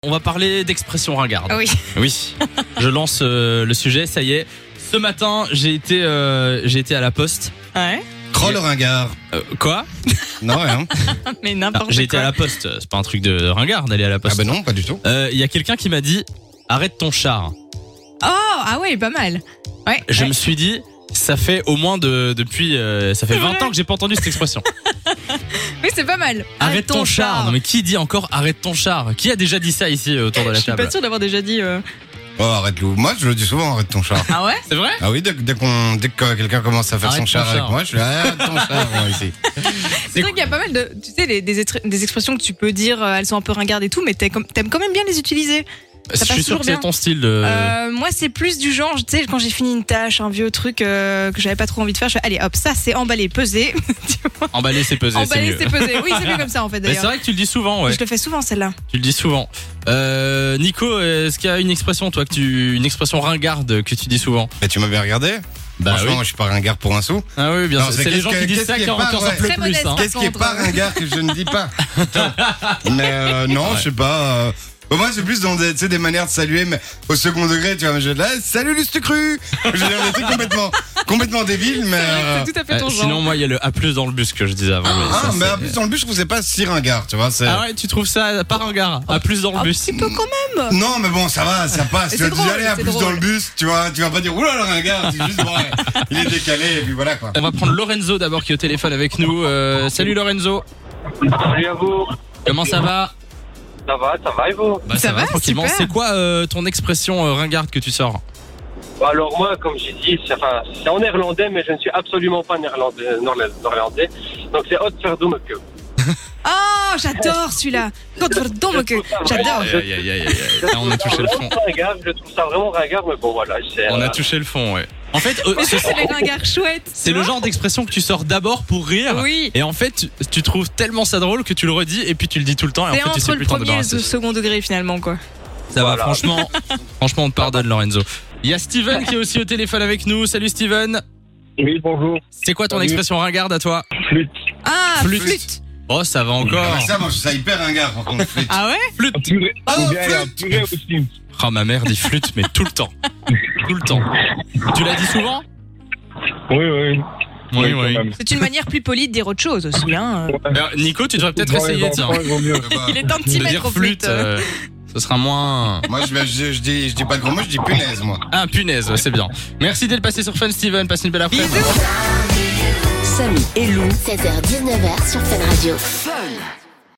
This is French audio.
On va parler d'expression ringarde. Oui. Oui. Je lance le sujet, ça y est. Ce matin, j'ai été à la poste. Ouais. Croll ringard. Quoi ? Non, rien. Mais n'importe quoi. J'ai été à la poste. C'est pas un truc de ringard d'aller à la Ah poste. bah non, pas du tout. Il y a quelqu'un qui m'a dit arrête ton char. Oh, ah ouais, pas mal. Ouais. Je ouais. me suis dit ça fait au moins depuis ça fait 20 ans que j'ai pas entendu cette expression. Oui, c'est pas mal. Arrête ton char. Non mais qui dit encore arrête ton char ? Qui a déjà dit ça ici autour de la Je suis table ? pas sûre d'avoir déjà dit. Oh, arrête-le. Moi, je le dis souvent, arrête ton char. Ah ouais. C'est vrai ? Ah oui, dès que quelqu'un commence à faire Arrête son char ton avec char. moi, je lui dis arrête ton char, moi, ici. C'est vrai qu'il y a pas mal de, tu sais, des expressions que tu peux dire, elles sont un peu ringardes et tout, mais t'aimes quand même bien les utiliser. Ça Je passe suis sûr toujours que c'est bien. ton style de. Moi, c'est plus du genre, tu sais, quand j'ai fini une tâche, un vieux truc que j'avais pas trop envie de faire, je fais allez hop, ça c'est emballé, peser. Tu vois, Emballer c'est peser, c'est emballer, mieux. c'est peser. Oui, c'est mieux comme ça en fait Mais c'est d'ailleurs. vrai que tu le dis souvent, ouais. Je le fais souvent celle-là. Tu le dis souvent. Nico, est-ce qu'il y a une expression, toi, une expression ringarde que tu dis souvent ? Mais tu m'as bien regardé. Bah Franchement, oui. moi, je suis pas ringard pour un sou. Ah oui, bien Non, sûr. c'est C'est les gens qui disent qu'est-ce ça qui est qui en pas, sortent ouais. le Très plus. modeste, Hein. par Qu'est-ce qui est contre, pas ringard que je ne dis pas Mais non, je sais pas. Moi, c'est plus dans des manières de saluer, mais au second degré, tu vois. Je dis là, salut Lustucru. Je veux dire des trucs complètement débiles, mais. C'est tout à fait ton genre. Sinon, moi, il y a le A+ dans le bus que je disais avant. mais ça, mais c'est- en plus, dans le bus, je trouve que c'est pas si ringard, tu vois. Ah ouais, tu trouves ça pas ringard ? A+ dans le Un bus. petit peu quand même. Non, mais bon, ça va, ça passe. Mais Tu c'est vas drôle, te aller à c'est plus drôle. dans le bus, tu vois. Tu vas pas dire oula le ringard, c'est juste bon, ouais, il est décalé et puis voilà quoi. On va prendre Lorenzo d'abord qui est au téléphone avec nous. Salut Lorenzo. Salut à vous. Comment ça va ? Ça va et vous? Bah, Ça va, tranquillement. super. C'est quoi ton expression ringarde que tu sors ? Alors moi, comme j'ai dit, c'est en néerlandais, mais je ne suis absolument pas néerlandais. Donc c'est Godverdommeke. Oh, j'adore celui-là. Godverdommeke. J'adore. Aïe, aïe, aïe, aïe, aïe. Là, on a touché le fond. Je trouve ça vraiment ringard, mais bon voilà. On a touché le fond, ouais. En fait, Mais ça, c'est les ringards chouettes. c'est le genre d'expression que tu sors d'abord pour rire. Oui. Et en fait, tu trouves tellement ça drôle que tu le redis et puis tu le dis tout le temps. Et en C'est fait, tu sais entre plus le t'en premier et le débarrasser. second degré finalement quoi. Ça va, Voilà. franchement, on te pardonne, Lorenzo. Il y a Steven qui est aussi au téléphone avec nous. Salut Steven. Oui, bonjour. C'est quoi ton Salut. expression ringarde à toi ? Flûte. Ah, Flûte. flûte. Oh, ça va encore. Ah, ça, moi, je trouve ça hyper ringard par contre. Flûte. Ah ouais. Flûte. Purée. Oh, Ou bien il y a flûte. purée aussi. Oh, ma mère dit flûte, mais tout le temps. Tout le temps. Tu l'as dit souvent ? Oui. Oui, quand oui. même. C'est une manière plus polie de dire autre chose aussi. Hein. Alors, Nico, tu devrais peut-être Pour les essayer, tiens. enfants, il vaut mieux. Bah, Il est temps de t'y De mettre dire au flûte, flûte. ce sera moins. moi, je dis pas de gros mots, je dis punaise, moi. Ah, punaise, ouais, c'est bien. Merci d'être passé sur Fun, Steven. Passe une belle après-midi. Bisous. Samy et Lou, 16h-19h sur Fun Radio.